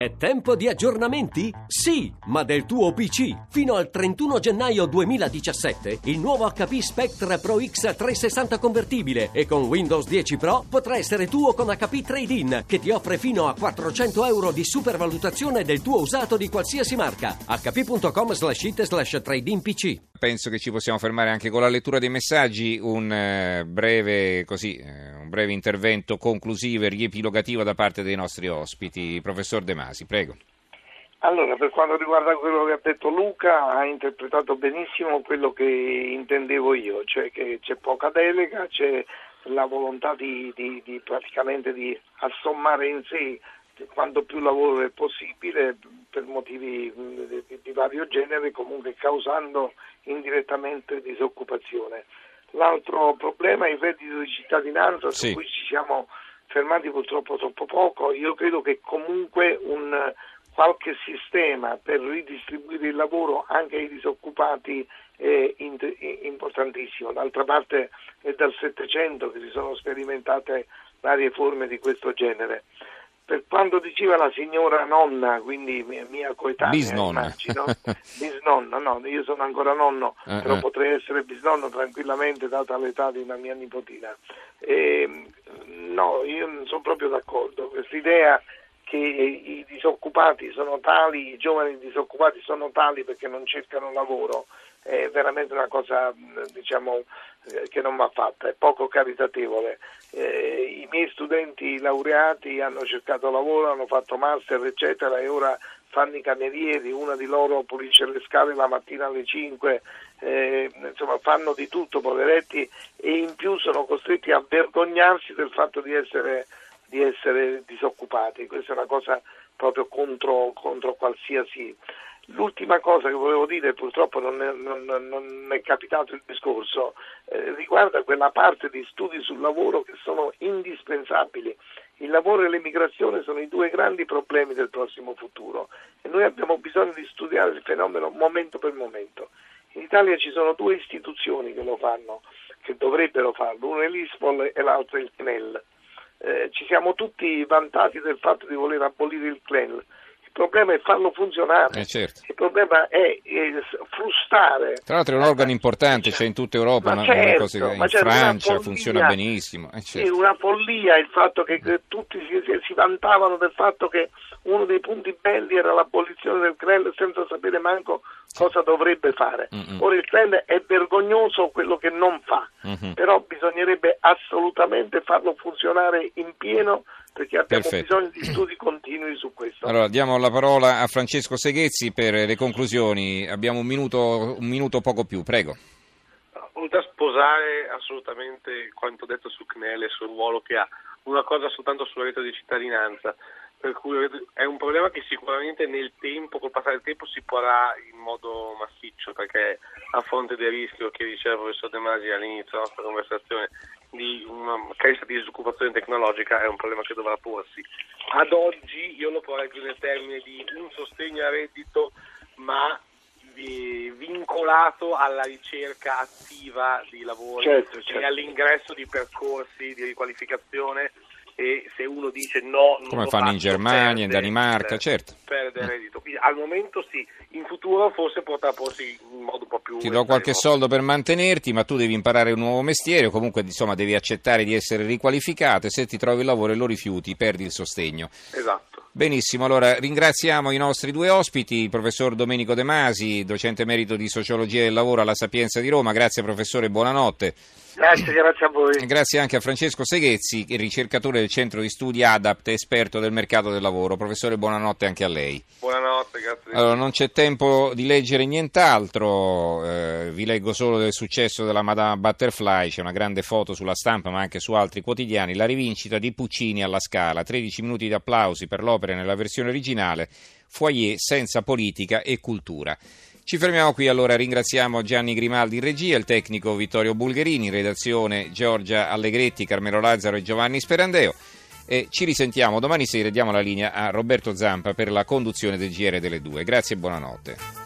È tempo di aggiornamenti? Sì, ma del tuo PC. Fino al 31 gennaio 2017 il nuovo HP Spectre Pro X 360 convertibile e con Windows 10 Pro potrà essere tuo con HP Trade-in, che ti offre fino a 400 euro di supervalutazione del tuo usato di qualsiasi marca. hp.com/it/trade-in PC. Penso che ci possiamo fermare anche con la lettura dei messaggi, un breve intervento conclusivo e riepilogativo da parte dei nostri ospiti. Professor De Masi, prego. Allora, per quanto riguarda quello che ha detto Luca, ha interpretato benissimo quello che intendevo io, cioè che c'è poca delega, c'è la volontà di praticamente di assommare in sé quanto più lavoro è possibile per motivi di vario genere, comunque causando indirettamente disoccupazione. L'altro problema è il reddito di cittadinanza, sì, su cui ci siamo fermati purtroppo troppo poco. Io credo che comunque qualche sistema per ridistribuire il lavoro anche ai disoccupati è importantissimo. D'altra parte è dal Settecento che si sono sperimentate varie forme di questo genere. Per quanto diceva la signora nonna, quindi mia coetanea, bisnonna. immagino, bisnonna, no, io sono ancora nonno, però potrei essere bisnonno tranquillamente data l'età di una mia nipotina. No, io non sono proprio d'accordo. Quest'idea che i disoccupati sono tali, i giovani disoccupati sono tali perché non cercano lavoro, è veramente una cosa, che non va fatta, è poco caritatevole. I miei studenti laureati hanno cercato lavoro, hanno fatto master eccetera e ora fanno i camerieri, una di loro pulisce le scale la mattina alle 5, insomma fanno di tutto, poveretti, e in più sono costretti a vergognarsi del fatto di essere disoccupati. Questa è una cosa proprio contro qualsiasi. L'ultima cosa che volevo dire, purtroppo non è capitato il discorso, riguarda quella parte di studi sul lavoro che sono indispensabili. Il lavoro e l'emigrazione sono i due grandi problemi del prossimo futuro e noi abbiamo bisogno di studiare il fenomeno momento per momento. In Italia ci sono due istituzioni che lo fanno, che dovrebbero farlo, uno è l'ISPOL e l'altro è il CNEL. Ci siamo tutti vantati del fatto di voler abolire il CNEL. Il problema è farlo funzionare, certo. Il problema è frustare. Tra l'altro è un organo importante, c'è in tutta Europa, in Francia funziona benissimo. Sì, certo. una follia il fatto che tutti si vantavano del fatto che uno dei punti belli era l'abolizione del CNEL senza sapere manco cosa dovrebbe fare. Ora il CNEL è vergognoso quello che non fa, però bisognerebbe assolutamente farlo funzionare in pieno, perché abbiamo bisogno di studi continui su questo. Allora diamo la parola a Francesco Seghezzi per le conclusioni. Abbiamo un minuto poco più, prego. Ho da sposare assolutamente quanto detto su CNEL e sul ruolo che ha. Una cosa soltanto sul reddito di cittadinanza, per cui è un problema che sicuramente nel tempo, col passare del tempo, si porrà in modo massiccio, perché a fronte del rischio che diceva il professor De Masi all'inizio della nostra conversazione di una crescita di disoccupazione tecnologica, è un problema che dovrà porsi. Ad oggi io lo porrei più nel termine di un sostegno al reddito, ma vincolato alla ricerca attiva di lavoro, certo. E all'ingresso di percorsi di riqualificazione. E se uno dice no, non come lo fanno in Germania, in Danimarca, certo. Perde reddito. Quindi al momento sì, in futuro forse potrà porsi in modo un po' più. Ti do qualche soldo per mantenerti, ma tu devi imparare un nuovo mestiere, o comunque insomma devi accettare di essere riqualificato, e se ti trovi il lavoro e lo rifiuti perdi il sostegno. Esatto. Benissimo, allora ringraziamo i nostri due ospiti, il professor Domenico De Masi, docente emerito di Sociologia del Lavoro alla Sapienza di Roma. Grazie professore, buonanotte. Grazie a voi. E grazie anche a Francesco Seghezzi, ricercatore del centro di studi ADAPT, esperto del mercato del lavoro. Professore, buonanotte anche a lei. Buonanotte, grazie. Allora, non c'è tempo di leggere nient'altro, vi leggo solo del successo della Madama Butterfly. C'è una grande foto sulla Stampa ma anche su altri quotidiani. La rivincita di Puccini alla Scala, 13 minuti di applausi per l'opera nella versione originale, foyer senza politica e cultura. Ci fermiamo qui, allora ringraziamo Gianni Grimaldi in regia, il tecnico Vittorio Bulgherini, in redazione Giorgia Allegretti, Carmelo Lazzaro e Giovanni Sperandeo, e ci risentiamo domani sera. Diamo la linea a Roberto Zampa per la conduzione del GR delle 2. Grazie e buonanotte.